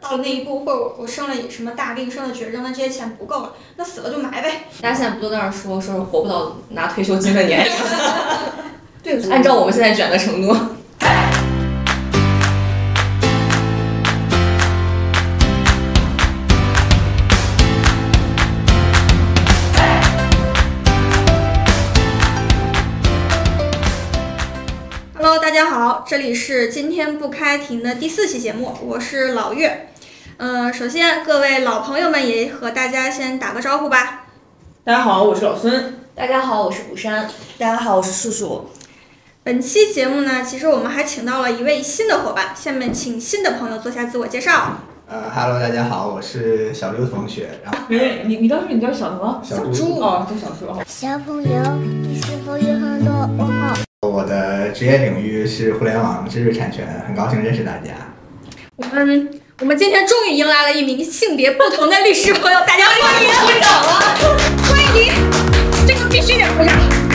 到了那一步，或者我生了什么大病、生了绝症，那这些钱不够了，那死了就埋呗。 大家现在不都在那说活不到拿退休金的年龄？对，按照我们现在卷的程度。 Hello， 大家好，这里是今天不开庭的第4期节目，我是老岳。首先各位老朋友们也和大家先打个招呼吧。 大家好，我是老孙。 大家好，我是古山。 大家好，我是树树。 本期节目呢，其实我们还请到了一位新的伙伴，下面请新的朋友做下自我介绍。 Hello， 大家好，我是小刘同学。然后你当时你叫小什么？ 小猪哦，叫小猪。 小朋友，你是否有很多问号？ 我的职业领域是互联网知识产权，很高兴认识大家。 我们今天终于迎来了一名性别不同的律师朋友，大家欢迎！ 鼓掌啊！ 欢迎你，这个必须得鼓掌。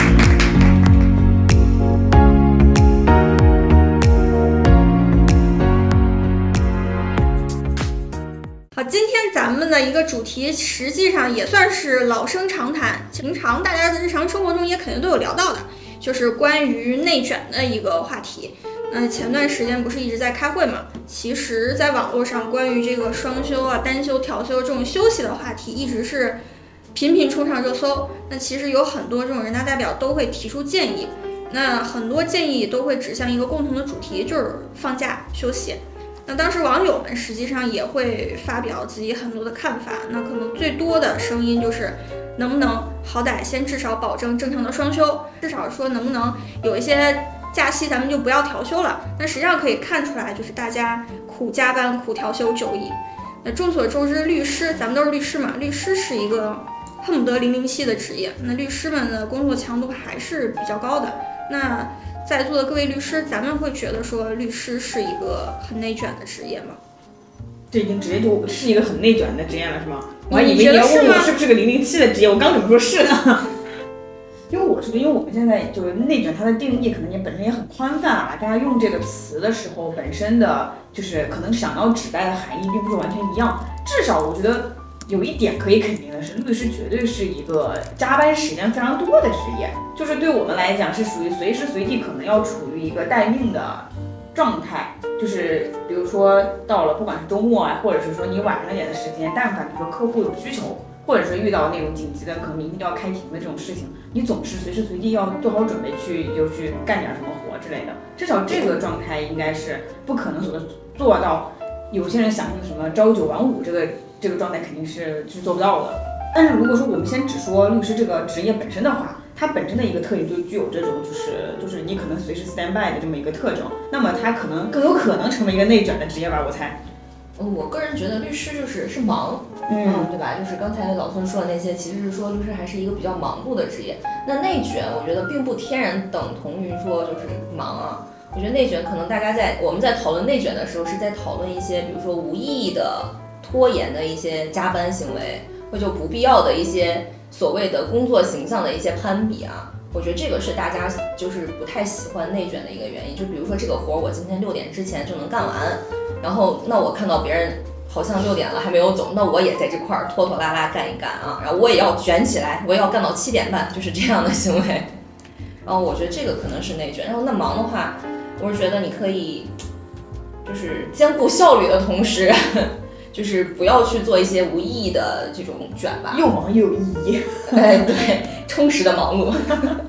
好，今天咱们的一个主题实际上也算是老生常谈，平常大家的日常生活中也肯定都有聊到的，就是关于内卷的一个话题。前段时间不是一直在开会嘛？其实，在网络上关于这个双休啊、单休、调休这种休息的话题，一直是频频冲上热搜。那其实有很多这种人大代表都会提出建议，那很多建议都会指向一个共同的主题，就是放假休息。那当时网友们实际上也会发表自己很多的看法，那可能最多的声音就是能不能好歹先至少保证正常的双休，至少说能不能有一些假期咱们就不要调休了。那实际上可以看出来，就是大家苦加班苦调休久矣。那众所周知，律师咱们都是律师嘛，律师是一个恨不得007的职业，那律师们的工作强度还是比较高的。那在座的各位律师，咱们会觉得说律师是一个很内卷的职业吗？ 这已经直接就是一个很内卷的职业了，是吗？我还以为你要问我是不是个007的职业，我刚准备说是呢。因为我们现在就是内卷，它的定义可能也本身也很宽泛啊。大家用这个词的时候，本身的就是可能想要指代的含义并不是完全一样。至少我觉得有一点可以肯定的是，律师绝对是一个加班时间非常多的职业，就是对我们来讲是属于随时随地可能要处于一个待命的状态。就是比如说到了不管是周末啊，或者是说你晚上一点的时间，但凡比如说客户有需求，或者是遇到那种紧急的可能明天就要开庭的这种事情，你总是随时随地要做好准备去干点什么活之类的。至少这个状态应该是不可能做到有些人想象的什么朝9晚5这个状态肯定是做不到的。但是如果说我们先只说律师这个职业本身的话，它本身的一个特点就具有这种就是你可能随时 stand by 的这么一个特征，那么它可能更有可能成为一个内卷的职业吧，我猜。 我个人觉得律师是忙，对吧？就是刚才老孙说的那些，其实是说律师还是一个比较忙碌的职业。那内卷，我觉得并不天然等同于说就是忙啊。我觉得内卷可能大家我们在讨论内卷的时候，是在讨论一些比如说无意义的拖延的一些加班行为，或者不必要的一些所谓的工作形象的一些攀比啊。我觉得这个是大家就是不太喜欢内卷的一个原因。就比如说这个活我今天6点之前就能干完，然后那我看到别人好像6点了还没有走，那我也在这块儿拖拖拉拉干一干啊，然后我也要卷起来，我也要干到7点半，就是这样的行为。然后我觉得这个可能是内卷。然后那忙的话，我是觉得你可以就是兼顾效率的同时，就是不要去做一些无意义的这种卷吧， 又忙又有意义。 对，充实的忙碌。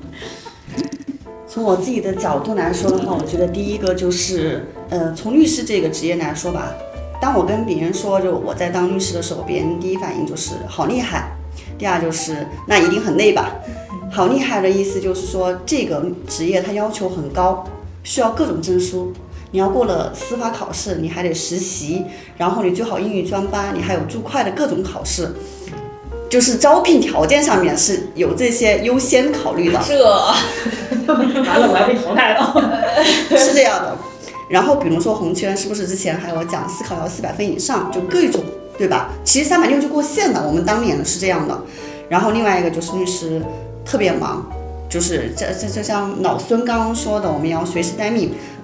从我自己的角度来说的话，我觉得第一个就是，从律师这个职业来说吧，当我跟别人说就我在当律师的时候，别人第一反应就是好厉害，第二就是那一定很累吧。好厉害的意思就是说这个职业它要求很高，需要各种证书。你要过了司法考试，你还得实习，然后你最好英语专八，你还有注会的各种考试，就是招聘条件上面是有这些优先考虑的。 完了，我要被淘汰了。 是这样的。然后比如说红圈，是不是之前还有讲司考要400分以上，就各种，对吧？其实360就过线了，我们当年是这样的。然后另外一个就是律师特别忙，就是这像老孙刚刚说的，我们要随时待命。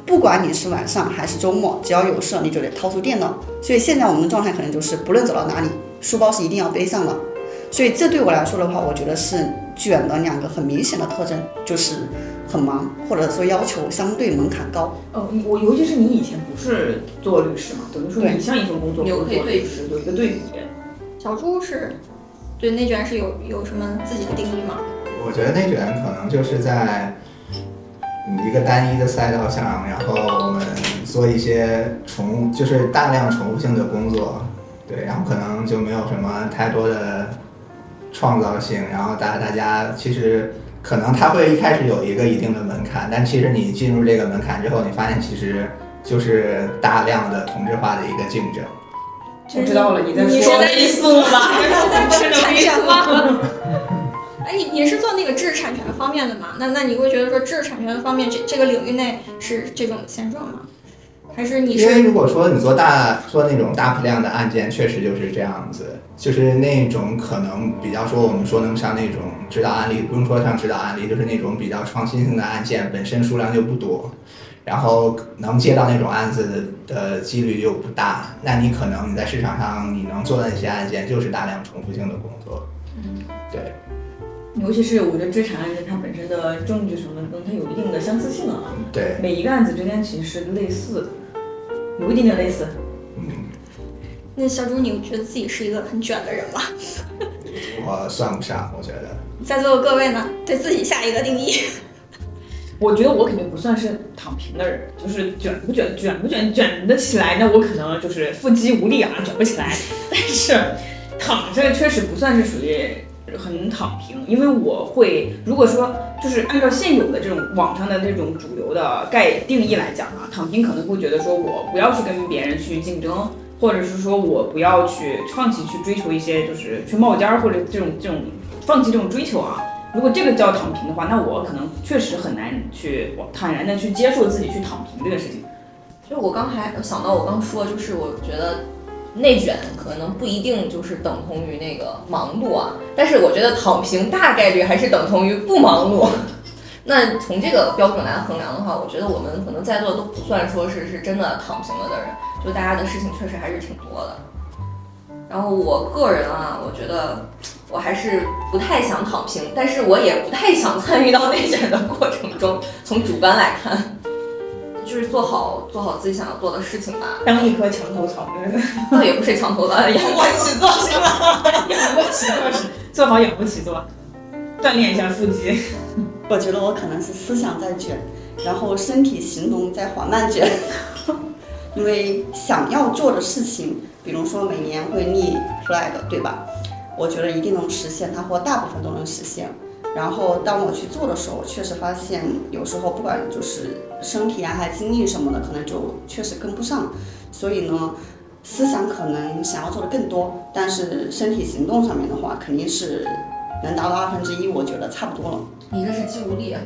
不管你是晚上还是周末，只要有事你就得掏出电脑。所以现在我们的状态可能就是不论走到哪里，书包是一定要背上的。所以这对我来说的话，我觉得是卷的2个很明显的特征，就是很忙，或者说要求相对门槛高。 我尤其是你以前不是做律师嘛，等于说你像一份工作， 有可以对比， 有一个对比。 小朱是对内卷是有什么自己的定义吗？ 我觉得内卷可能就是在一个单一的赛道上，然后我们做一些就是大量重复性的工作，对，然后可能就没有什么太多的创造性，然后大家其实可能它会一开始有一个一定的门槛，但其实你进入这个门槛之后，你发现其实就是大量的同质化的一个竞争。 我知道了，你在说类似了吧？ 知识产权吗？哎，你是做那个知识产权方面的吗？那你会觉得说知识产权方面这个领域内是这种现状吗？还是你是？ 因为如果说你做那种大批量的案件，确实就是这样子，就是那种可能比较说我们说能上那种指导案例，不用说上指导案例，就是那种比较创新性的案件本身数量就不多，然后能接到那种案子的几率又不大，那你可能你在市场上你能做的那些案件就是大量重复性的工作。对。 尤其是我觉得知识产权案件它本身的证据什么的跟它有一定的相似性啊。 对。 每一个案子之间其实是类似的，有一点点类似。 那小朱，你觉得自己是一个很卷的人吗？ 我算不上，我觉得。 在座的各位呢，对自己下一个定义。 我觉得我肯定不算是躺平的人，就是卷得起来，那我可能就是腹肌无力啊，卷不起来。但是躺着确实不算是属于很躺平，因为我会如果说就是按照现有的这种网上的这种主流的定义来讲啊，躺平可能会觉得说我不要去跟别人去竞争，或者是说我不要去放弃去追求一些就是去冒尖或者这种放弃这种追求啊。如果这个叫躺平的话，那我可能确实很难去坦然的去接受自己去躺平这个事情。 就我刚还想到我刚说，就是我觉得内卷可能不一定就是等同于那个忙碌啊，但是我觉得躺平大概率还是等同于不忙碌。那从这个标准来衡量的话，我觉得我们可能在座都不算说是真的躺平了的人，就大家的事情确实还是挺多的。然后我个人啊，我觉得我还是不太想躺平，但是我也不太想参与到内卷的过程中。从主观来看，就是做好自己想要做的事情吧。 当一棵墙头草， 那也不是墙头草，仰卧起坐是吧？ 仰卧起坐是做好仰卧起坐，锻炼一下腹肌。 我觉得我可能是思想在卷，然后身体行动在缓慢卷。因为想要做的事情，比如说每年会立 flag， 对吧？我觉得一定能实现它，或大部分都能实现。然后当我去做的时候，确实发现有时候不管就是身体啊还精力什么的，可能就确实跟不上。所以呢，思想可能想要做的更多，但是身体行动上面的话，肯定是能达到1/2，我觉得差不多了。 你这是肌无力啊！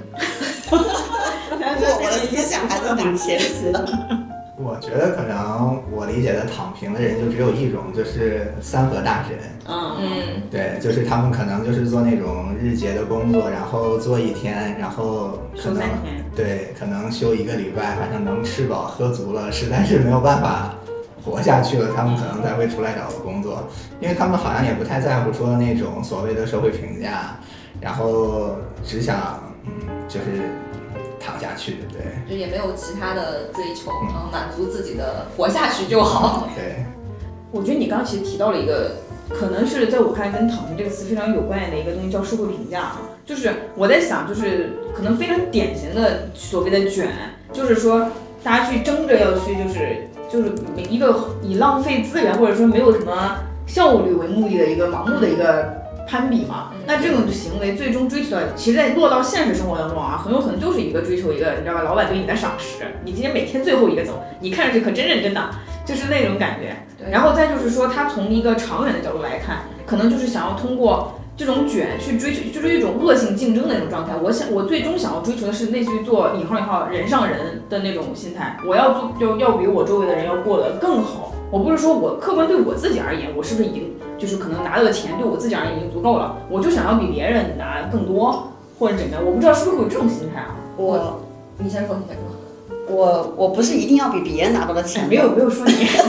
我的思想还是很前期的。 我觉得可能我理解的躺平的人就只有一种，就是三和大神。对，就是他们可能就是做那种日结的工作，然后做1天，然后可能休3天， 对，可能休1个礼拜，反正能吃饱喝足了，实在是没有办法活下去了，他们可能才会出来找个工作，因为他们好像也不太在乎说那种所谓的社会评价，然后只想就是躺下去，对， 就也没有其他的追求，然后满足自己的活下去就好。 对， 我觉得你刚刚其实提到了一个，可能是在我看来跟躺平这个词非常有关联的一个东西，叫社会评价啊。就是我在想，就是可能非常典型的所谓的卷，就是说大家去争着要去，就是一个以浪费资源或者说没有什么效率为目的的一个盲目的一个攀比嘛。那这种行为最终追求的，其实在落到现实生活当中啊，很有可能就是一个追求一个，你知道吧，老板对你的赏识，你今天每天最后一个走，你看上去可真认真的，就是那种感觉。然后再就是说，他从一个长远的角度来看，可能就是想要通过这种卷去追求，就是一种恶性竞争的那种状态。我最终想要追求的是类似于做引号人上人的那种心态，我要做就要比我周围的人要过得更好。我不是说我客观对我自己而言，我是不是已经就是可能拿到的钱对我自己而言已经足够了，我就想要比别人拿更多或者怎么样，我不知道是不是会有这种心态啊。 你先说。 我不是一定要比别人拿到的钱， 没有说你，不是，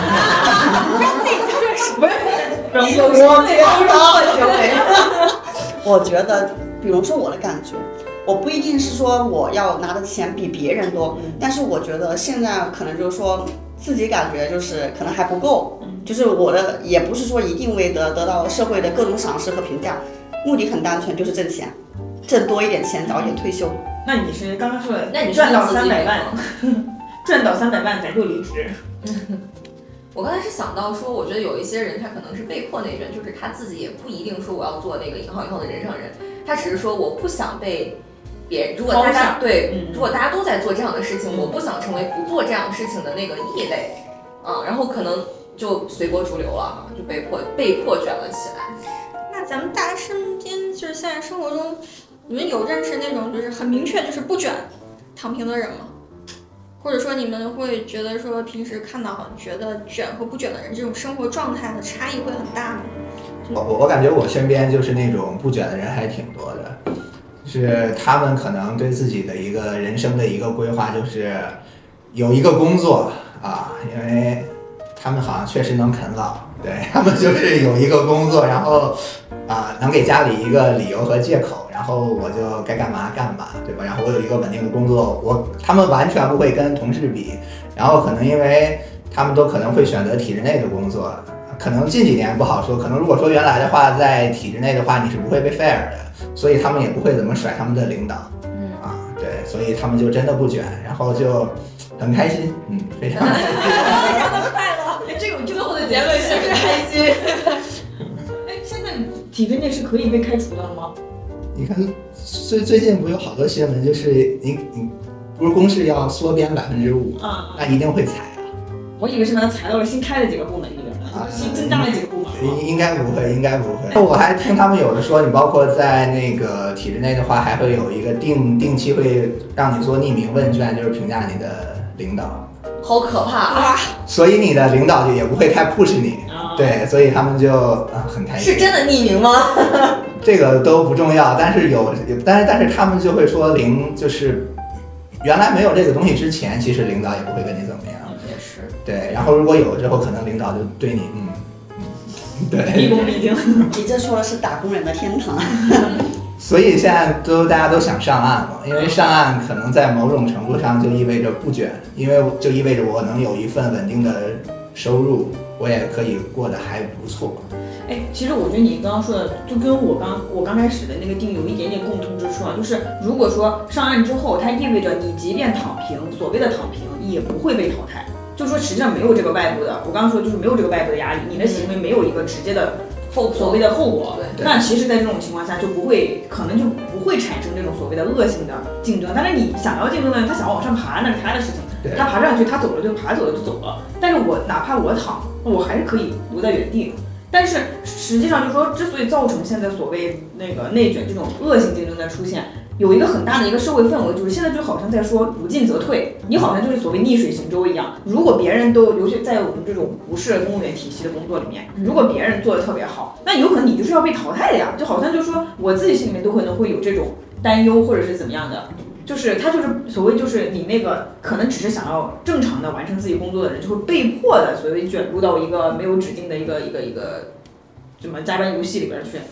我觉得，比如说我的感觉，我不一定是说我要拿的钱比别人多，但是我觉得现在可能就是说自己感觉就是可能还不够，就是我的也不是说一定为得到社会的各种赏识和评价，目的很单纯，就是挣钱，挣多一点钱，早一点退休。 那你是刚刚说的， 那你赚到300万，赚到300万咱就离职。 我刚才是想到说，我觉得有一些人他可能是被迫内卷，就是他自己也不一定说我要做那个引号以后的人上人，他只是说我不想被别人，如果大家如果大家都在做这样的事情，我不想成为不做这样事情的那个异类，然后可能就随波逐流了，就被迫卷了起来。 那咱们大家身边就是现在生活中，你们有认识那种就是很明确就是不卷、躺平的人吗？或者说你们会觉得说平时看到觉得卷和不卷的人这种生活状态的差异会很大吗？ 我感觉我身边就是那种不卷的人还挺多的，就是他们可能对自己的一个人生的一个规划就是有一个工作啊，因为他们好像确实能啃老，对，他们就是有一个工作，然后能给家里一个理由和借口，然后我就该干嘛干嘛，对吧？然后我有一个稳定的工作，他们完全不会跟同事比，然后可能因为他们都可能会选择体制内的工作，可能近几年不好说，可能如果说原来的话，在体制内的话你是不会被 fire 的，所以他们也不会怎么甩他们的领导，对，所以他们就真的不卷，然后就很开心，非常快乐。 这个最后的结论是开心。现在体制内是可以被开除的吗？ 你看最近不有好多新闻，就是你不是公示要缩编5%啊，那一定会裁啊。 我以为是把它裁到了新开的几个部门里边的，新增加了几个部门。 应该不会。我还听他们有的说，你包括在那个体制内的话，还会有一个定期会让你做匿名问卷，就是评价你的领导。 好可怕啊！ 所以你的领导就也不会太 push 你，对，所以他们就很开心。 是真的匿名吗？ 这个都不重要，但是但是他们就会说就是原来没有这个东西之前，其实领导也不会跟你怎么样。 也是。对， 然后如果有了之后，可能领导就对你对， 毕恭毕敬。 你这说的是打工人的天堂。 所以现在大家都想上岸嘛，因为上岸可能在某种程度上就意味着不卷，因为就意味着我能有一份稳定的收入，我也可以过得还不错。 其实我觉得你刚刚说的就跟我刚开始的那个定义有一点点共通之处啊，就是如果说上岸之后，它意味着你即便躺平，所谓的躺平也不会被淘汰，就是说实际上没有这个外部的，我刚刚说就是没有这个外部的压力，你的行为没有一个直接的所谓的后果，那其实在这种情况下可能就不会产生这种所谓的恶性的竞争。但是你想要竞争的人，他想要往上爬，那是他的事情，他爬上去，他走了就爬，走了就走了。但是我哪怕我躺，我还是可以留在原地。但是实际上就是说，之所以造成现在所谓那个内卷这种恶性竞争的出现，有一个很大的一个社会氛围，就是现在就好像在说不进则退，你好像就是所谓逆水行舟一样。如果别人都，尤其在我们这种不是公务员体系的工作里面，如果别人做的特别好，那有可能你就是要被淘汰的呀。就好像就是说我自己心里面都可能会有这种担忧，或者是怎么样的。就是他就是所谓就是你那个可能只是想要正常的完成自己工作的人，就会被迫的所谓卷入到一个没有指定的一个什么加班游戏里边去。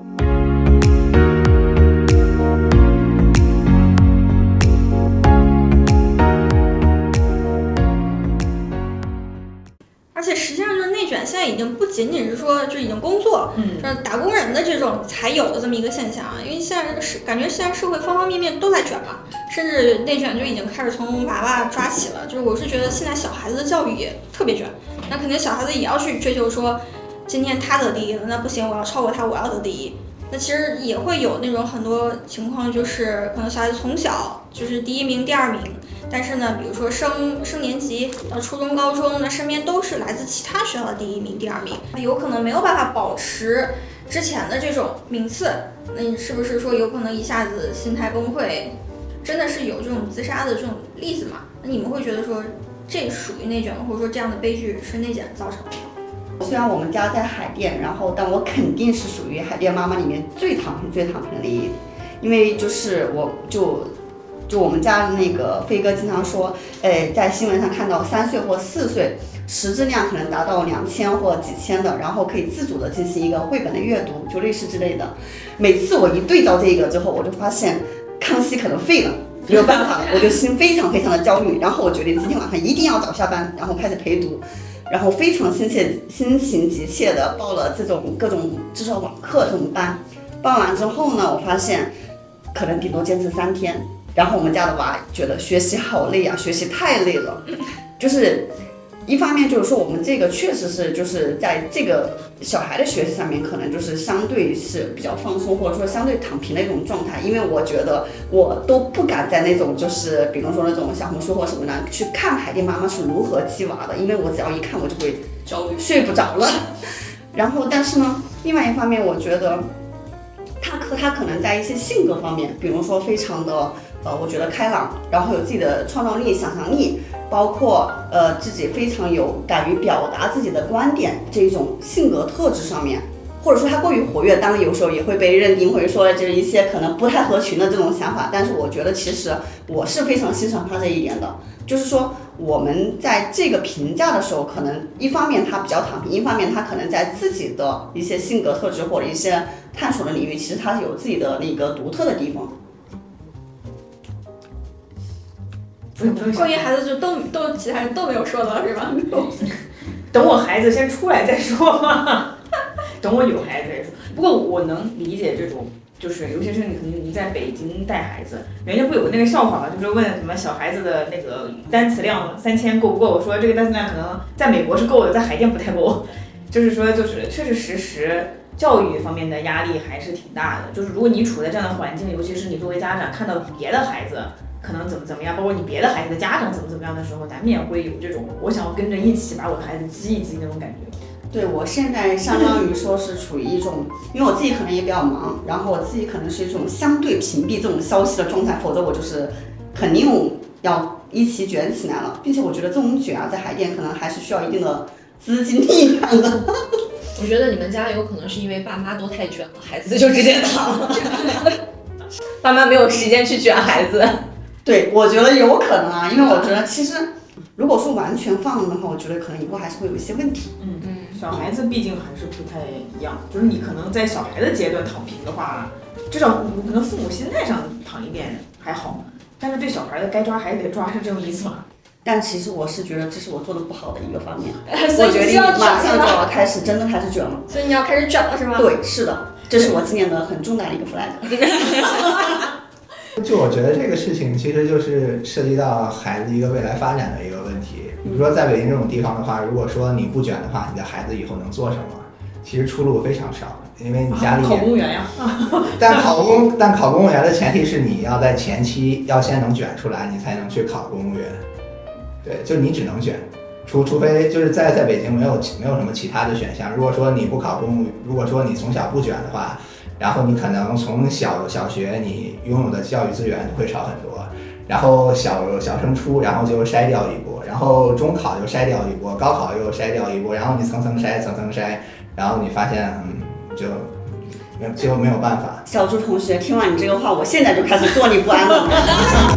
而且实际上就是内卷现在已经不仅仅是说就已经工作，就是打工人的这种才有的这么一个现象啊。因为现在感觉现在社会方方面面都在卷嘛，甚至内卷就已经开始从娃娃抓起了。就是我是觉得现在小孩子的教育也特别卷，那肯定小孩子也要去追求说，今天他得第一了，那不行，我要超过他，我要得第一。那其实也会有那种很多情况，就是可能小孩子从小就是第一名、第二名。但是呢，比如说升年级到初中、高中，那身边都是来自其他学校的第一名、第二名，有可能没有办法保持之前的这种名次。那你是不是说有可能一下子心态崩溃？真的是有这种自杀的这种例子吗？那你们会觉得说这属于内卷吗？或者说这样的悲剧是内卷造成的吗？ 虽然我们家在海淀，但我肯定是属于海淀妈妈里面最躺平的一，因为就是我就就我们家的那个飞哥经常说，在新闻上看到3岁或4岁，识字量可能达到2000或几千的，然后可以自主的进行一个绘本的阅读，就类似之类的。每次我一对照这个之后，我就发现康熙可能废了。没有办法，我就心非常非常的焦虑，然后我决定今天晚上一定要早下班，然后开始陪读，然后非常心情急切的报了这种各种至少网课这种班。报完之后呢，我发现可能顶多坚持3天，然后我们家的娃觉得学习好累啊，学习太累了，就是一方面就是说我们这个确实是就是在这个小孩的学习上面可能就是相对是比较放松，或者说相对躺平的一种状态，因为我觉得我都不敢在那种就是比如说那种小红书或什么的去看海淀妈妈是如何鸡娃的，因为我只要一看我就会焦虑睡不着了。然后但是呢，另外一方面我觉得他可能在一些性格方面，比如说非常的我觉得开朗，然后有自己的创造力、想象力，包括自己非常有敢于表达自己的观点这种性格特质上面，或者说他过于活跃，当然有时候也会被认定或者说就是一些可能不太合群的这种想法。但是我觉得其实我是非常欣赏他这一点的，就是说我们在这个评价的时候，可能一方面他比较躺平，一方面他可能在自己的一些性格特质或者一些探索的领域，其实他是有自己的那个独特的地方。 关于孩子就都其他人都没有说的是吧？ 等我孩子先出来再说嘛，等我有孩子再说。不过我能理解这种，就是尤其是你在北京带孩子，人家不有那个笑话嘛，就是问什么小孩子的那个单词量3000够不够？我说这个单词量可能在美国是够的，在海淀不太够。就是说，就是确确实实教育方面的压力还是挺大的。就是如果你处在这样的环境，尤其是你作为家长看到别的孩子可能怎么样，包括你别的孩子的家长怎么样的时候，难免会有这种我想要跟着一起把我的孩子激一激那种感觉。 对，我现在相当于说是处于一种，因为我自己可能也比较忙，然后我自己可能是一种相对屏蔽这种消息的状态，否则我就是肯定要一起卷起来了，并且我觉得这种卷啊，在海淀可能还是需要一定的资金力量的。 我觉得你们家有可能是因为爸妈都太卷了，孩子就直接躺了，爸妈没有时间去卷孩子。 对，我觉得有可能啊，因为我觉得其实如果说完全放任的话，我觉得可能以后还是会有一些问题。 小孩子毕竟还是不太一样，就是你可能在小孩的阶段躺平的话，至少可能父母心态上躺一点还好，但是对小孩的该抓还得抓，是这种意思吗？ 但其实我是觉得这是我做的不好的一个方面，我决定马上就要开始真的开始卷了。 所以你要开始卷了是吗？ 对，是的，这是我今年的很重大的一个 flag。 就我觉得这个事情其实就是涉及到孩子一个未来发展的一个问题。比如说在北京这种地方的话，如果说你不卷的话，你的孩子以后能做什么？其实出路非常少，因为你家里考公务员呀。 但考公务员的前提是你要在前期要先能卷出来，你才能去考公务员。对，就你只能卷，除非就是在北京没有什么其他的选项。如果说你不考公务，如果说你从小不卷的话，然后你可能从小学你拥有的教育资源会少很多，然后小升初然后就筛掉一波，然后中考又筛掉一波，高考又筛掉一波，然后你层层筛，然后你发现就没有办法。 小朱同学，听完你这个话，我现在就开始坐立不安了。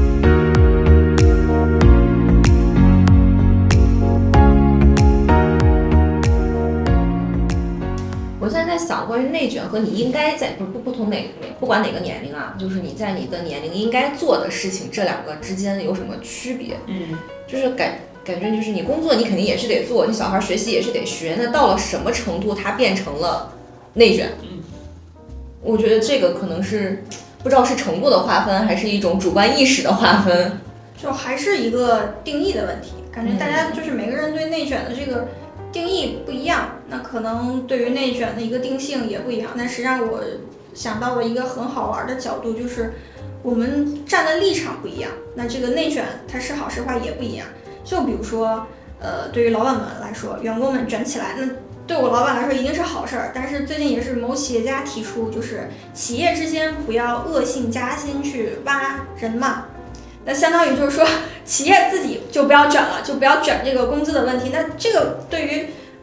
我现在在想，关于内卷和你应该在不同不管哪个年龄啊，就是你在你的年龄应该做的事情，这两个之间有什么区别？就是感觉就是你工作你肯定也是得做，你小孩学习也是得学，那到了什么程度它变成了内卷？我觉得这个可能是不知道是程度的划分，还是一种主观意识的划分， 就还是一个定义的问题。感觉大家就是每个人对内卷的这个定义不一样，那可能对于内卷的一个定性也不一样。但实际上我想到了一个很好玩的角度，就是我们站的立场不一样，那这个内卷它是好是坏也不一样。就比如说对于老板们来说，员工们卷起来，那对我老板来说一定是好事儿。但是最近也是某企业家提出，就是企业之间不要恶性加薪去挖人嘛，那相当于就是说企业自己就不要卷了，就不要卷这个工资的问题。那这个对于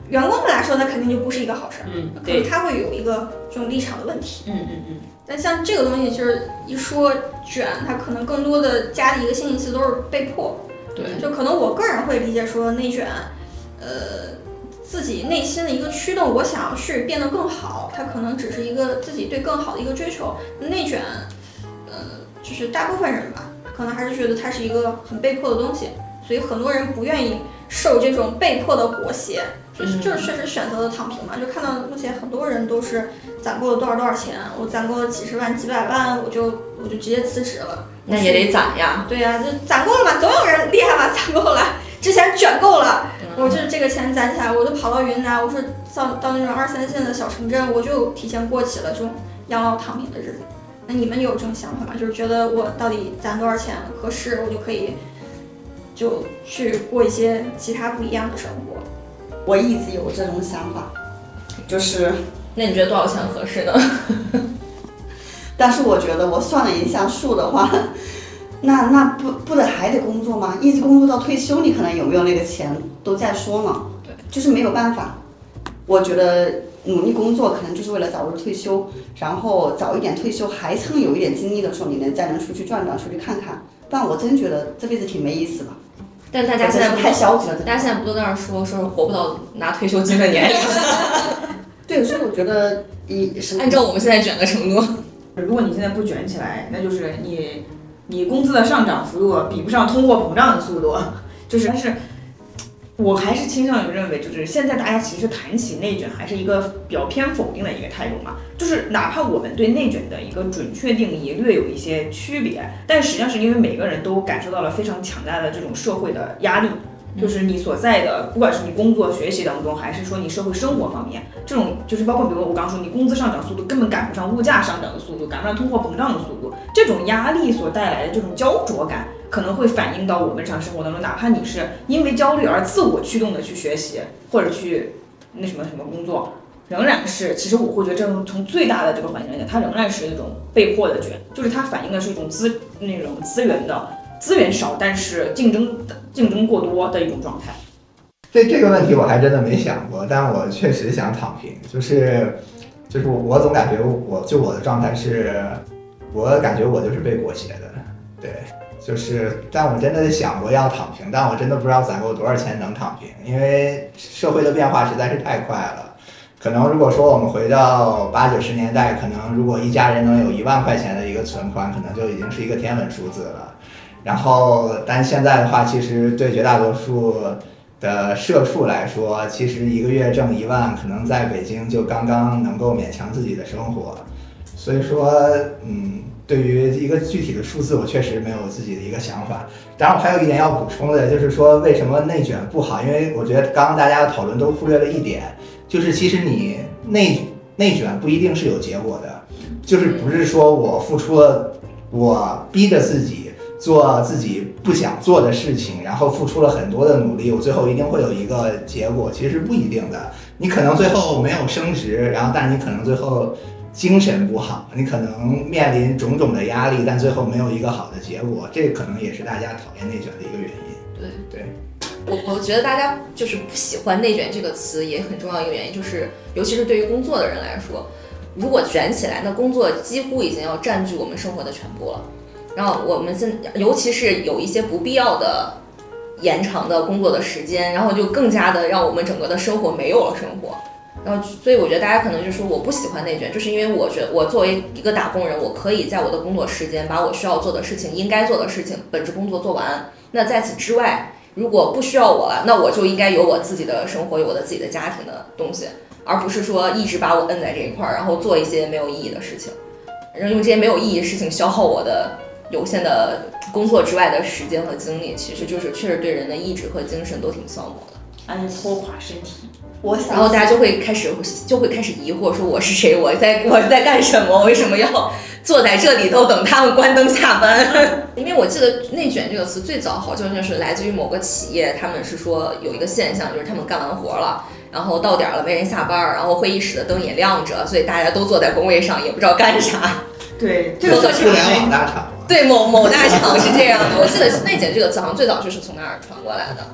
员工们来说，那肯定就不是一个好事儿。可能对， 他会有一个这种立场的问题。 嗯。 但像这个东西，就是一说卷，它可能更多的加的一个新义词都是被迫。 对， 就可能我个人会理解说内卷，自己内心的一个驱动，我想要去变得更好，它可能只是一个自己对更好的一个追求。内卷，就是大部分人吧，可能还是觉得它是一个很被迫的东西，所以很多人不愿意受这种被迫的裹挟，就是确实选择了躺平嘛。就看到目前很多人都是攒够了多少钱，我攒够了几十万、几百万，我就直接辞职了。 那也得攒呀。 对呀，就攒够了嘛，总有人厉害嘛，攒够了，之前卷够了，我就是这个钱攒起来，我就跑到云南，我是到那种2、3线的小城镇，我就提前过起了这种养老躺平的日子。那你们有这种想法吗？就是觉得我到底攒多少钱合适，我就可以就去过一些其他不一样的生活。 我一直有这种想法，就是那你觉得多少钱合适呢？ 但是我觉得我算了一下数的话，那不得还得工作吗？一直工作到退休，你可能有没有那个钱都在说呢。 对， 就是没有办法。我觉得努力工作可能就是为了早日退休，然后早一点退休，还趁有一点精力的时候，你再能出去转转，出去看看。不然我真觉得这辈子挺没意思的。 但大家现在太消极了， 大家现在不都在那说是活不到拿退休金的年龄？ 对，所以我觉得按照我们现在卷的程度， 如果你现在不卷起来，那就是你工资的上涨幅度比不上通货膨胀的速度，但是我还是倾向于认为，就是现在大家其实谈起内卷还是一个比较偏否定的一个态度嘛，就是哪怕我们对内卷的一个准确定义略有一些区别，但实际上是因为每个人都感受到了非常强大的这种社会的压力。就是你所在的，不管是你工作、学习当中，还是说你社会生活方面，这种就是包括比如我刚说，你工资上涨速度根本赶不上物价上涨的速度，赶不上通货膨胀的速度，这种压力所带来的这种焦灼感，可能会反映到我们日常生活当中。哪怕你是因为焦虑而自我驱动的去学习，或者去什么工作，仍然是，其实我会觉得这种从最大的这个环境来讲，它仍然是一种被迫的卷，就是它反映的是一种资源少，但是竞争过多的一种状态。 这个问题我还真的没想过，但我确实想躺平，就是我总感觉我的状态是，我感觉我就是被裹挟的，对，但我真的想过要躺平，但我真的不知道攒够多少钱能躺平，因为社会的变化实在是太快了。可能如果说我们回到80、90年代，可能如果一家人能有1万块钱的一个存款，可能就已经是一个天文数字了。然后，但现在的话，其实对绝大多数的社畜来说，其实一个月挣1万，可能在北京就刚刚能够勉强自己的生活。所以说，对于一个具体的数字，我确实没有自己的一个想法。当然，我还有一点要补充的，就是说为什么内卷不好？因为我觉得刚刚大家的讨论都忽略了一点，就是其实你内卷不一定是有结果的，就是不是说我付出了，我逼着自己做自己不想做的事情，然后付出了很多的努力，我最后一定会有一个结果，其实不一定的。你可能最后没有升职，然后但你可能最后精神不好，你可能面临种种的压力，但最后没有一个好的结果，这可能也是大家讨厌内卷的一个原因。 对，我觉得大家就是不喜欢内卷这个词也很重要一个原因，就是尤其是对于工作的人来说，如果卷起来，那工作几乎已经要占据我们生活的全部了。然后我们尤其是有一些不必要的延长的工作的时间，然后就更加的让我们整个的生活没有了生活。然后所以我觉得大家可能就说我不喜欢内卷，就是因为我觉得我作为一个打工人，我可以在我的工作时间把我需要做的事情、应该做的事情、本职工作做完。那在此之外，如果不需要我了，那我就应该有我自己的生活，有我的自己的家庭的东西，而不是说一直把我摁在这一块儿，然后做一些没有意义的事情，然后用这些没有意义的事情消耗我的有限的工作之外的时间和精力，其实就是确实对人的意志和精神都挺消磨的， 而且拖垮身体。 然后大家就会开始疑惑，说我是谁？我在干什么？我为什么要坐在这里头等他们关灯下班？因为我记得内卷这个词最早好像就是来自于某个企业，他们是说有一个现象，就是他们干完活了，然后到点了没人下班，然后会议室的灯也亮着，所以大家都坐在工位上，也不知道干啥。 对， 这个是互联网大厂。 对，某大厂是这样的。我记得内卷这个词好像最早就是从那儿传过来的啊。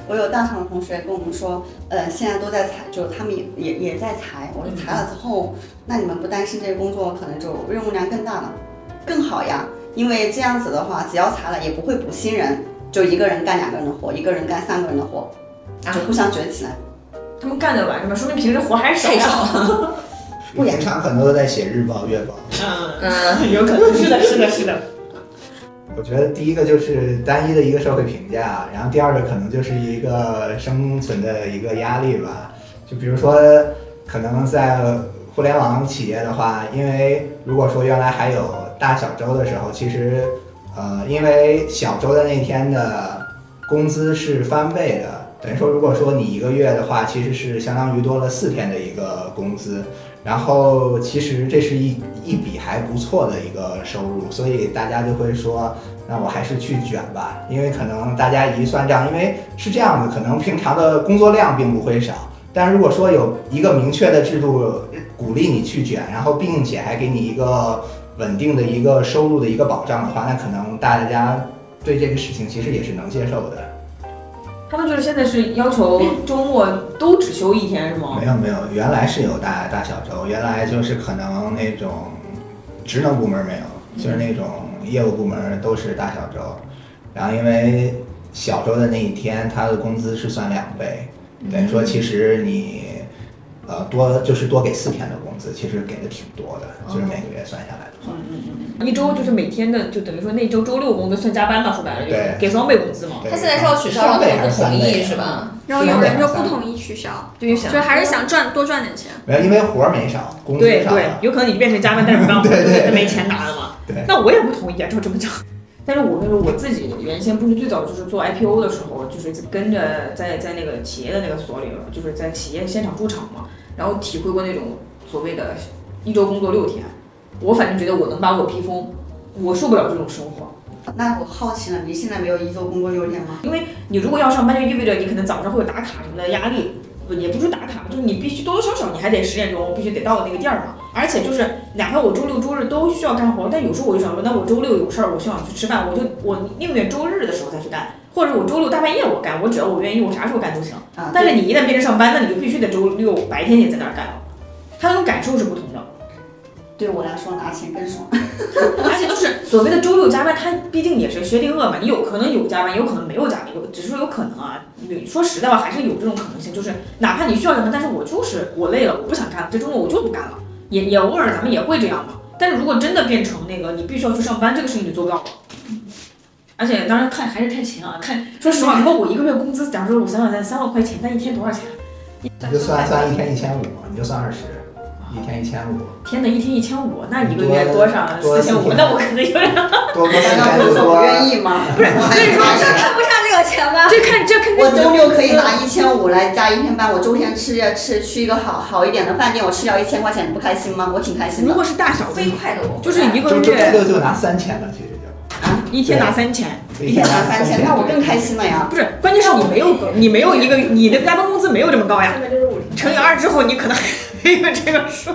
我有大厂的同学跟我们说，现在都在裁，就他们也在裁。我说裁了之后，那你们不担心这个工作可能就任务量更大了，更好呀？因为这样子的话，只要裁了也不会补新人，就一个人干2个人的活，一个人干3个人的活，就互相卷起来。 他们干得完是吧？说明平时活还少呀。 平常很多都在写日报、月报。 有可能是的。 我觉得第一个就是单一的一个社会评价，然后第二个可能就是一个生存的一个压力吧。就比如说，可能在互联网企业的话，因为如果说原来还有大小周的时候，其实因为小周的那天的工资是翻倍的，等于说如果说你1个月的话，其实是相当于多了4天的一个工资。然后其实这是一笔还不错的一个收入，所以大家就会说，那我还是去卷吧，因为可能大家一算账，因为是这样的，可能平常的工作量并不会少，但如果说有一个明确的制度鼓励你去卷，然后并且还给你一个稳定的一个收入的一个保障的话，那可能大家对这个事情其实也是能接受的。 他们就是现在是要求周末都只休1天是吗？ 没有，原来是有大小周，原来就是可能那种职能部门没有，就是那种业务部门都是大小周，然后因为小周的那一天，他的工资是算2倍，等于说其实你多给4天的工资，其实给的挺多的，就是每个月算下来的话。 1周就是每天的，就等于说那周周6工资算加班嘛，说白了就是给2倍工资嘛。 他现在是要取消，让我们不统一是吧？ 然后有人就不统一取消， 对， 就还是想多赚点钱。 没有，因为活儿没少，工资少。 对，有可能你变成加班，但是不干活，那没钱拿了嘛。 对， 那我也不同意啊，照这么讲。但是我跟你说，我自己原先不是最早就是做 IPO 的时候，就是跟着在那个企业的那个所里，就是在企业现场驻场嘛，然后体会过那种所谓的1周工作6天。我反正觉得我能把我逼疯，我受不了这种生活。 那我好奇了，你现在没有1周工作6天吗？ 因为你如果要上班，就意味着你可能早上会有打卡什么的压力，也不是打卡，就是你必须多多少少你还得10点钟必须得到那个地儿嘛。而且就是哪怕我周6周日都需要干活，但有时候我就想说，那我周6有事儿，我希望去吃饭，我宁愿周日的时候再去干，或者我周6大半夜我干，我只要我愿意，我啥时候干都行。但是你一旦变成上班，那你就必须得周6白天也在那儿干了，他那种感受是不同的。 对我来说拿钱更爽， 而且就是所谓的周6加班，它毕竟也是薛定谔嘛，你有可能有加班，有可能没有加班，只是说有可能啊。说实在话，还是有这种可能性，就是哪怕你需要加班，但是我累了，我不想干了，这周末我就不干了，也偶尔咱们也会这样嘛。但是如果真的变成那个你必须要去上班，这个事情你做不到了。而且当然还是看钱啊，说实话，如果我1个月工资，假如说我3万块钱，那1天多少钱？ 你就算1天1500，你就算20。1天1500， 天哪，1天1500，那1个月多少？4500，那我可能有点多我愿意吗？ 不是，所以说这看不上这个钱吗？ 这看我周6可以拿1500来加1天班，我周天去一个好一点的饭店，我吃掉1000块钱，你不开心吗？我挺开心的。 如果是大小飞快的我， 就是1个月周6就拿3000了，其实就 1天拿3000，1 天拿3000，那我更开心了呀。 不是，关键是你没有一个你的加班工资没有这么高呀，乘以2之后，你可能没有这个数。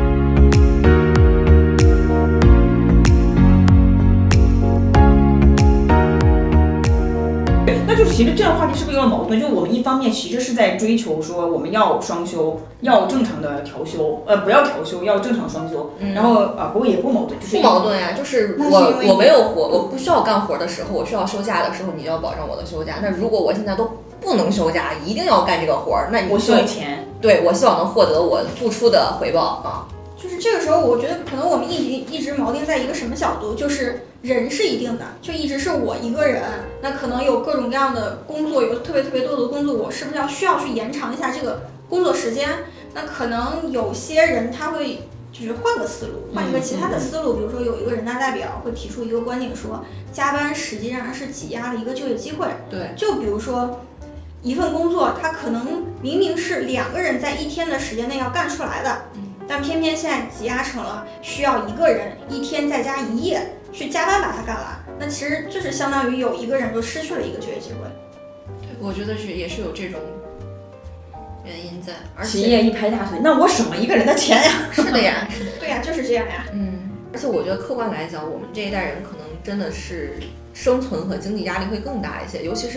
那就是其实这样的话题是不是有点矛盾？就我们一方面其实是在追求说我们要双休，要正常的调休，不要调休，要正常双休。然后不过也不矛盾，就是不矛盾呀。就是我没有活，我不需要干活的时候，我需要休假的时候，你要保证我的休假。那如果我现在都不能休假，一定要干这个活儿，那你我需要钱。 对，我希望能获得我付出的回报啊。 就是这个时候，我觉得可能我们一直锚定在一个什么角度，就是人是一定的，就一直是我一个人，那可能有各种各样的工作，有特别多的工作，我是不是需要去延长一下这个工作时间？那可能有些人他会就是换个思路，换一个其他的思路，比如说有一个人大代表会提出一个观点说，加班实际上是挤压的一个就业机会。 对， 就比如说一份工作，它可能明明是2个人在1天的时间内要干出来的。但偏偏现在挤压成了需要1个人1天再加1夜去加班把它干完，那其实就是相当于有1个人就失去了一个就业机会。 对，我觉得也是有这种原因在，而且企业一拍大腿，那我省了1个人的钱呀。 是的呀，是的， 对呀，就是这样呀。 而且我觉得客观来讲，我们这一代人可能真的是生存和经济压力会更大一些，尤其是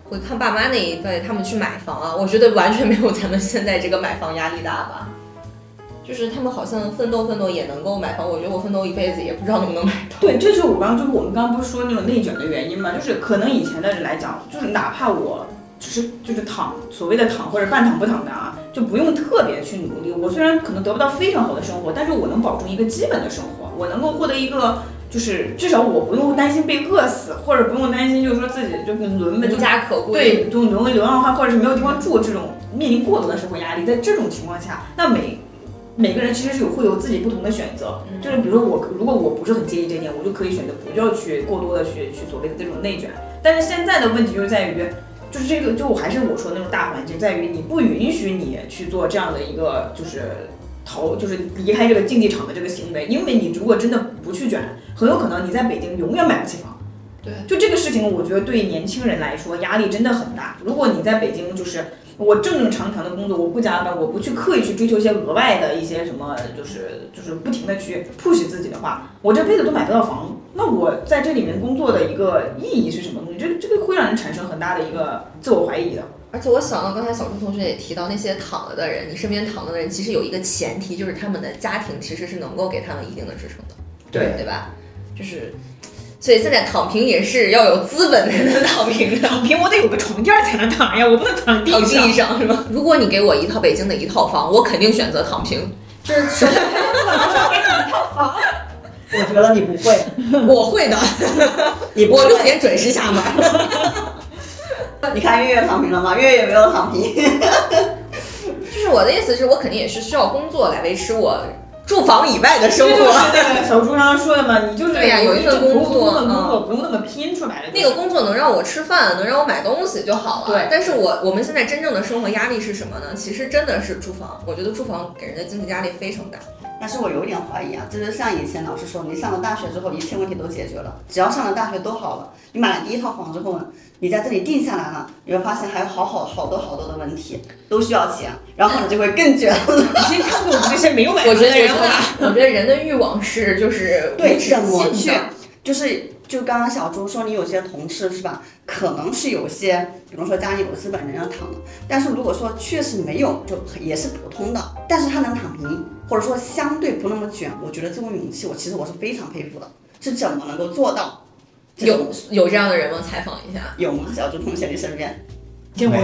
会看爸妈那一辈他们去买房啊，我觉得完全没有咱们现在这个买房压力大吧。就是他们好像奋斗也能够买房，我觉得我奋斗一辈子也不知道能不能买到。 对，这是我们刚刚不是说那种内卷的原因嘛？就是可能以前的人来讲，就是哪怕我就是所谓的躺或者半躺不躺的啊，就不用特别去努力。我虽然可能得不到非常好的生活，但是我能保证一个基本的生活，我能够获得一个。就是至少我不用担心被饿死，或者不用担心就是说自己就沦为无家可归， 对，就沦为流浪汉，或者是没有地方住这种面临过多的生活压力。在这种情况下，那每个人其实会有自己不同的选择。就是比如说如果我不是很介意这点，我就可以选择不要去过多的去所谓的这种内卷。但是现在的问题就是在于，就是这个就还是我说的那种大环境，在于你不允许你去做这样的一个就是离开这个竞技场的这个行为，因为你如果真的不去卷，很有可能你在北京永远买不起房。 对， 就这个事情，我觉得对年轻人来说压力真的很大。如果你在北京就是我正常的工作，我不加班，我不去刻意去追求一些额外的一些什么，就是不停的去 push 自己的话，我这辈子都买不到房。那我在这里面工作的一个意义是什么东西？这个会让人产生很大的一个自我怀疑的。 而且我想到刚才小朱同学也提到，那些躺了的人，你身边躺了的人，其实有一个前提，就是他们的家庭其实是能够给他们一定的支撑的，对吧？就是，所以现在躺平也是要有资本才能躺平的。 躺平我得有个床垫才能躺呀，我不能躺地上是吗？如果你给我北京的一套房，我肯定选择躺平。 就是首先不可能说给你一套房。 我觉得你不会， 我会的。我6点准时下班。 你看月月躺平了吗？月月也没有躺平。 就是我的意思是我肯定也是需要工作来维持我住房以外的生活。 这就是那个小朱刚刚说的嘛，你就是对呀，有一份工作， 不用那么拼出来的。 那个工作能让我吃饭，能让我买东西就好了。 对。 但是我们现在真正的生活压力是什么呢？其实真的是住房。我觉得住房给人的经济压力非常大。 但是我有一点怀疑啊，就是像以前老师说，你上了大学之后，一切问题都解决了，只要上了大学都好了。你买了第一套房之后呢，你在这里定下来了，你会发现还有好多的问题都需要钱，然后你就会更卷了。 你先看过我们这些没有买房的人吧？ 我觉得人的欲望是就是对怎么去，就刚刚小朱说，你有些同事是吧，可能是有些，比如说家里有资本人要躺的，但是如果说确实没有，就也是普通的，但是他能躺平，或者说相对不那么卷，我觉得这种勇气，其实我是非常佩服的，是怎么能够做到？ 有这样的人吗？采访一下。 有吗？小朱同学，你身边？ 没有。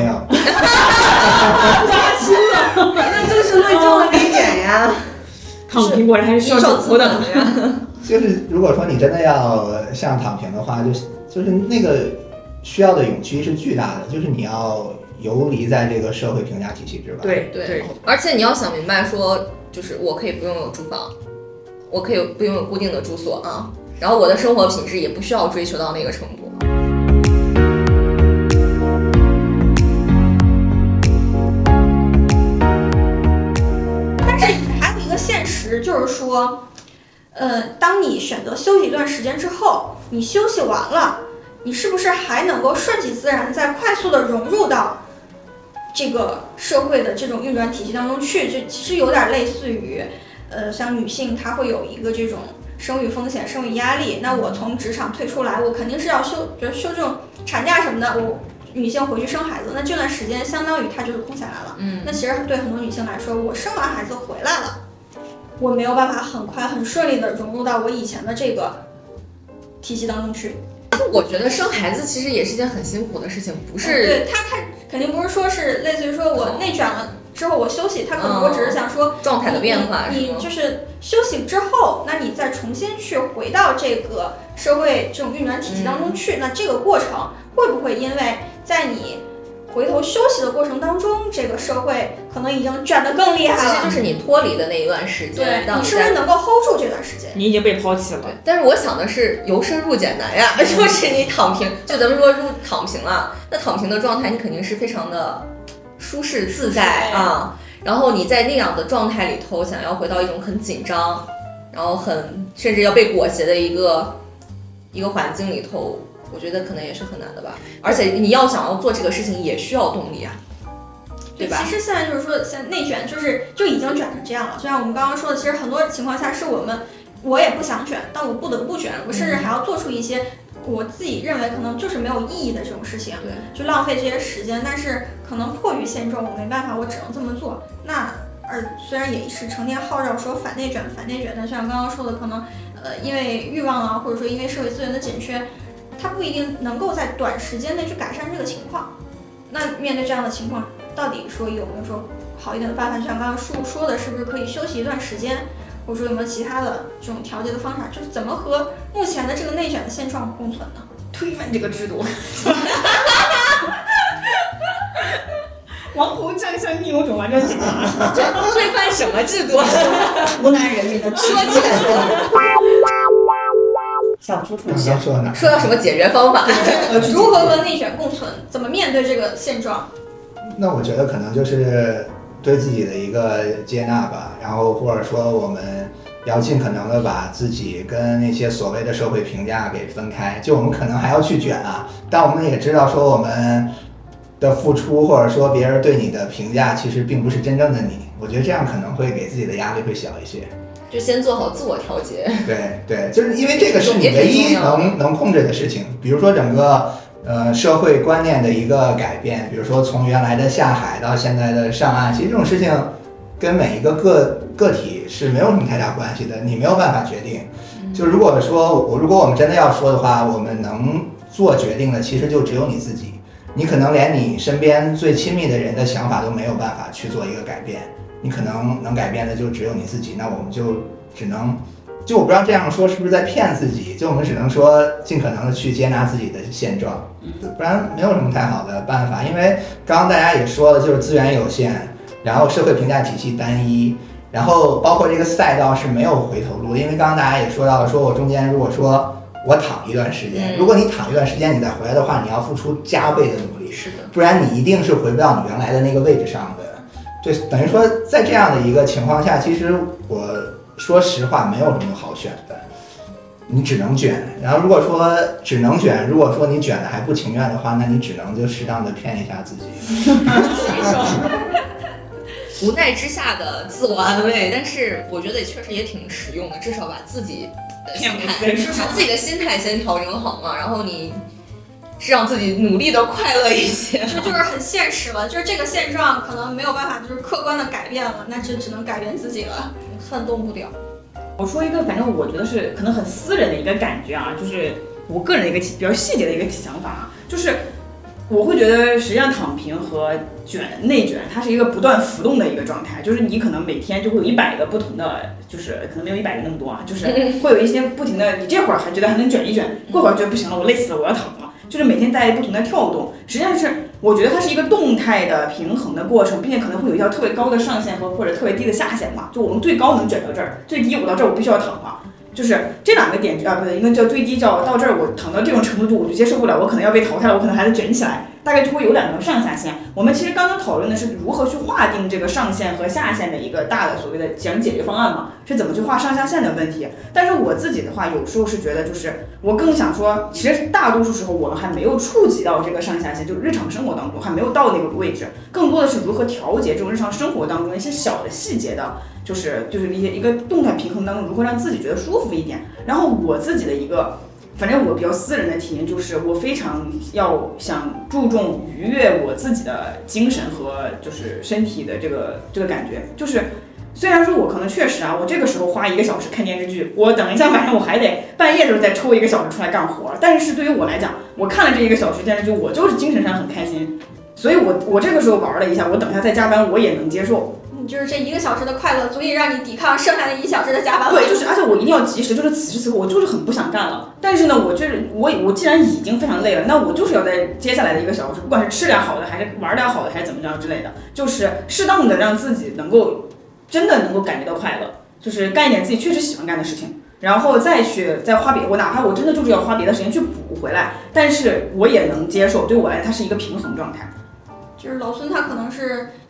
扎心了， 那就是会这么理解呀。 躺平果然还是需要走头的。 就是如果说你真的要像躺平的话，就是那个需要的勇气是巨大的，就是你要游离在这个社会评价体系之外。 对， 而且你要想明白说，就是我可以不拥有住房，我可以不拥有固定的住所啊，然后我的生活品质也不需要追求到那个程度。 但是还有一个现实就是说，当你选择休息一段时间之后，你休息完了，你是不是还能够顺其自然，再快速的融入到这个社会的这种运转体系当中去？就其实有点类似于，像女性她会有一个这种生育风险、生育压力。那我从职场退出来，我肯定是要休这种产假什么的，我女性回去生孩子，那这段时间相当于她就是空下来了。那其实对很多女性来说，我生完孩子回来了，我没有办法很快很顺利的融入到我以前的这个体系当中去。 我觉得生孩子其实也是件很辛苦的事情，不是？ 对，他肯定不是说是类似于说我内卷了之后我休息，他可能我只是想说状态的变化。 你就是休息之后，那你再重新去回到这个社会这种运转体系当中去，那这个过程会不会因为在你回头休息的过程当中，这个社会可能已经卷得更厉害了？ 其实就是你脱离的那一段时间， 对，你是不是能够 hold 住这段时间？ 你已经被抛弃了。 对，但是我想的是由深入简难呀，就是你躺平，就咱们说躺平了，那躺平的状态你肯定是非常的舒适自在啊。然后你在那样的状态里头，想要回到一种很紧张，然后甚至要被裹挟的一个环境里头，我觉得可能也是很难的吧。而且你要想要做这个事情，也需要动力啊，对吧？ 其实现在就是说，现在内卷就已经卷成这样了。就像我们刚刚说的，其实很多情况下是我也不想卷，但我不得不卷，我甚至还要做出一些我自己认为可能就是没有意义的这种事情， 对， 就浪费这些时间，但是可能迫于现状，我没办法，我只能这么做。那虽然也是成天号召说反内卷，但像刚刚说的，可能因为欲望啊，或者说因为社会资源的紧缺，它不一定能够在短时间内去改善这个情况。那面对这样的情况，到底说有没有说好一点的办法？像刚刚说的，是不是可以休息一段时间，或者说有没有其他的这种调节的方法？就是怎么和目前的这个内卷的现状共存呢？ 推翻这个制度。王侯将相宁有种，完全行了。 推翻什么制度？ 湖南人民的说起来了。小猪同学说呢？ 说到什么解决方法？ 如何和内卷共存？怎么面对这个现状？ 那我觉得可能就是对自己的一个接纳吧，然后或者说我们要尽可能的把自己跟那些所谓的社会评价给分开。就我们可能还要去卷啊，但我们也知道说我们的付出或者说别人对你的评价其实并不是真正的你。我觉得这样可能会给自己的压力会小一些。 就先做好自我调节。 对，就是因为这个是你唯一能控制的事情。比如说整个社会观念的一个改变，比如说从原来的下海到现在的上岸，其实这种事情跟每一个个体是没有什么太大关系的，你没有办法决定。就如果我们真的要说的话，我们能做决定的其实就只有你自己。你可能连你身边最亲密的人的想法都没有办法去做一个改变。你可能能改变的就只有你自己，那我们就只能，就我不知道这样说是不是在骗自己，就我们只能说尽可能的去接纳自己的现状，不然没有什么太好的办法。因为刚刚大家也说了，就是资源有限，然后社会评价体系单一，然后包括这个赛道是没有回头路。因为刚刚大家也说到了，说我中间如果说我躺一段时间，如果你躺一段时间你再回来的话，你要付出加倍的努力， 是的， 不然你一定是回不到你原来的那个位置上的。对，等于说在这样的一个情况下，其实我说实话没有什么好选的，你只能卷。然后如果说只能卷，如果说你卷的还不情愿的话，那你只能就适当的骗一下自己。 无奈之下的自我安慰，但是我觉得也确实也挺实用的，至少把自己的心态先调整好嘛，然后你是让自己努力的快乐一些， 这就是很现实了，就是这个现状可能没有办法就是客观的改变了，那只能改变自己了， 窜动不了。 我说一个，反正我觉得是可能很私人的一个感觉啊，就是我个人的一个比较细节的一个想法啊，就是我会觉得实际上躺平和内卷，它是一个不断浮动的一个状态，就是你可能每天就会有100个不同的，就是可能没有100个那么多啊，就是会有一些不停的，你这会儿还觉得还能卷一卷，过会儿觉得不行了，我累死了，我要躺了。就是每天在不同的跳动，实际上是我觉得它是一个动态的平衡的过程，并且可能会有一条特别高的上限或者特别低的下限嘛。就我们最高能卷到这儿，最低我到这儿我必须要躺了。就是这两个点不对，应该叫最低叫到这儿我躺到这种程度我就接受不了，我可能要被淘汰了，我可能还得卷起来，大概就会有2条上下限。我们其实刚刚讨论的是如何去划定这个上限和下限的一个大的所谓的解决方案嘛，是怎么去划上下限的问题。但是我自己的话，有时候是觉得就是我更想说，其实大多数时候我们还没有触及到这个上下限，就是日常生活当中还没有到那个位置，更多的是如何调节这种日常生活当中一些小的细节的。就是一个动态平衡当中，如何让自己觉得舒服一点。然后我自己的一个，反正我比较私人的体验就是，我非常想注重愉悦我自己的精神和就是身体的这个感觉。就是虽然说我可能确实啊，我这个时候花1个小时看电视剧，我等一下晚上我还得半夜的时候再抽1个小时出来干活。但是对于我来讲，我看了这1个小时电视剧，我就是精神上很开心。所以我这个时候玩了一下，我等一下再加班我也能接受。 就是这1个小时的快乐足以让你抵抗剩下的1小时的加班。 对，就是而且我一定要及时，就是此时此刻我就是很不想干了。但是呢，我既然已经非常累了，那我就是要在接下来的1个小时，不管是吃点好的，还是玩点好的，还是怎么着之类的，就是适当的让自己真的能够感觉到快乐，就是干一点自己确实喜欢干的事情，然后再花别，我哪怕我真的就是要花别的时间去补回来，但是我也能接受，对我来它是一个平衡状态。 就是老孙他可能是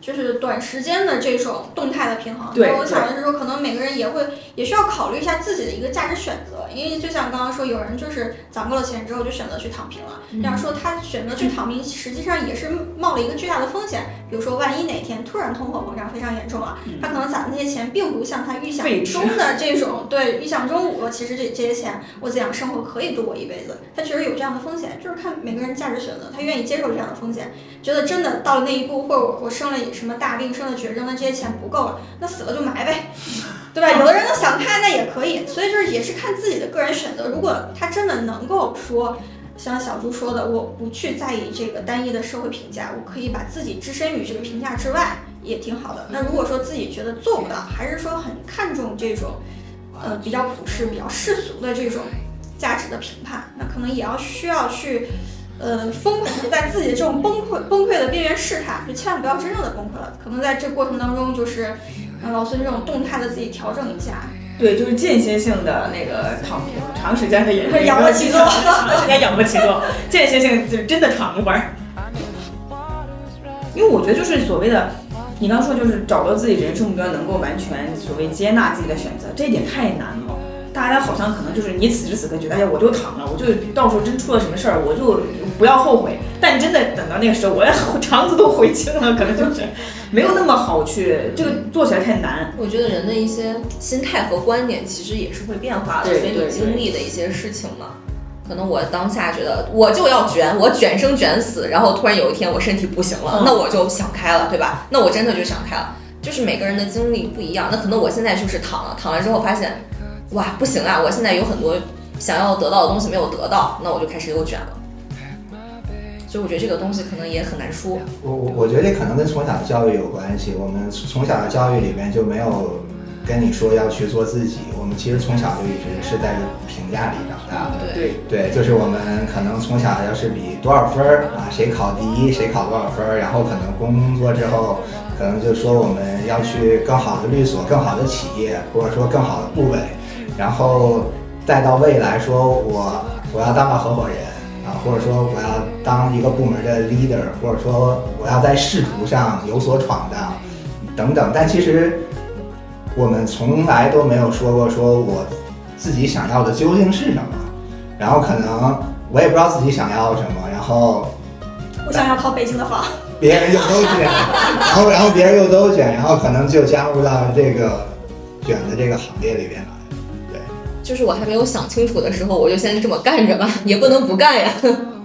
就是短时间的这种动态的平衡。 对， 我想的是说，可能每个人也需要考虑一下自己的一个价值选择，因为就像刚刚说，有人就是攒够了钱之后就选择去躺平了，这样说他选择去躺平，实际上也是冒了一个巨大的风险。比如说，万一哪天突然通货膨胀非常严重了，他可能攒的那些钱并不像他预想中的这种，对，预想中我其实这些钱我这样生活可以度过一辈子，他确实有这样的风险，就是看每个人价值选择，他愿意接受这样的风险，觉得真的到了那一步，或者我生了什么大病，生了绝症，那这些钱不够了，那死了就埋呗，对吧？有的人能想开，那也可以，所以就是也是看自己的个人选择。如果他真的能够说，像小猪说的，我不去在意这个单一的社会评价，我可以把自己置身于这个评价之外，也挺好的。那如果说自己觉得做不到，还是说很看重这种，比较普世、比较世俗的这种价值的评判，那可能也需要去。疯狂的在自己的这种崩溃的边缘试探，就千万不要真正的崩溃了。可能在这过程当中，就是老孙这种动态的自己调整一下。 对，就是间歇性的那个躺平，长时间的也养不起坐， 长时间养不起坐，间歇性就是真的躺一会儿。因为我觉得就是所谓的，你刚说就是找到自己人生目标，能够完全所谓接纳自己的选择，这一点太难了。大家好像可能就是你此时此刻觉得，哎呀，我就躺了，我就到时候真出了什么事儿，我就不要后悔。但真的等到那个时候，我肠子都悔青了，可能就是没有那么好去，这个做起来太难。 我觉得人的一些心态和观点其实也是会变化的，随你经历的一些事情嘛。可能我当下觉得我就要卷，我卷生卷死，然后突然有一天我身体不行了，那我就想开了，对吧？那我真的就想开了。就是每个人的经历不一样，那可能我现在就是躺了之后发现。哇，不行啊！我现在有很多想要得到的东西没有得到，那我就开始又卷了。所以我觉得这个东西可能也很难说。 我觉得这可能跟从小的教育有关系。我们从小的教育里面就没有跟你说要去做自己，我们其实从小就一直是在评价里长大的。对，就是我们可能从小要是比多少分啊，谁考第一，谁考多少分，然后可能工作之后。可能就说我们要去更好的律所、更好的企业，或者说更好的部委，然后再到未来说我要当个合伙人啊，或者说我要当一个部门的 leader， 或者说我要在仕途上有所闯荡等等。但其实我们从来都没有说过说我自己想要的究竟是什么，然后可能我也不知道自己想要什么，然后我想要套北京的房。 别人又都卷，然后别人又都卷，然后可能就加入到这个卷的这个行列里边来。对， 就是我还没有想清楚的时候，我就先这么干着吧，也不能不干呀。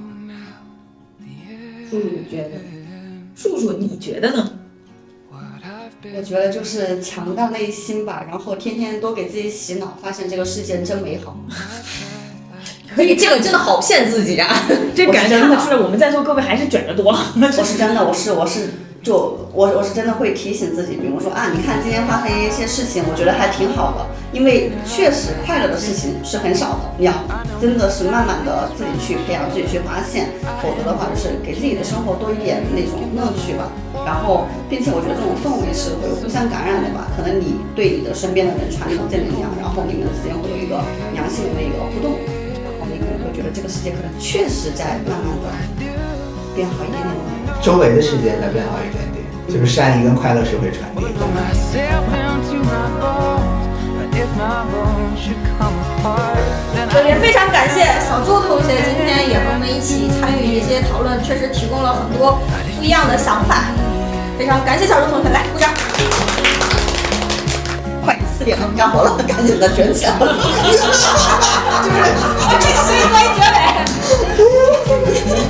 叔叔觉得，叔叔你觉得呢？ 我觉得就是强大内心吧，然后天天多给自己洗脑，发现这个世界真美好。 这个真的好骗自己啊！ 这感觉看得出来，我们在座各位还是卷得多。 我是真的，我是真的会提醒自己，比如说啊，你看今天发生一些事情，我觉得还挺好的，因为确实快乐的事情是很少的，要真的是慢慢的自己去培养，自己去发现，否则的话就是给自己的生活多一点那种乐趣吧。然后，并且我觉得这种氛围是会互相感染的吧，可能你对你的身边的人传递一种正能量，然后你们之间会有一个良性的一个互动。我觉得这个世界可能确实在慢慢的变好一点点， 周围的世界在变好一点点，就是善意跟快乐是会传递的。 也非常感谢小朱同学今天也和我们一起参与一些讨论，确实提供了很多不一样的想法，非常感谢小朱同学，来鼓掌。 快4点了，干活了，赶紧的卷起来了， 就是这随关结尾。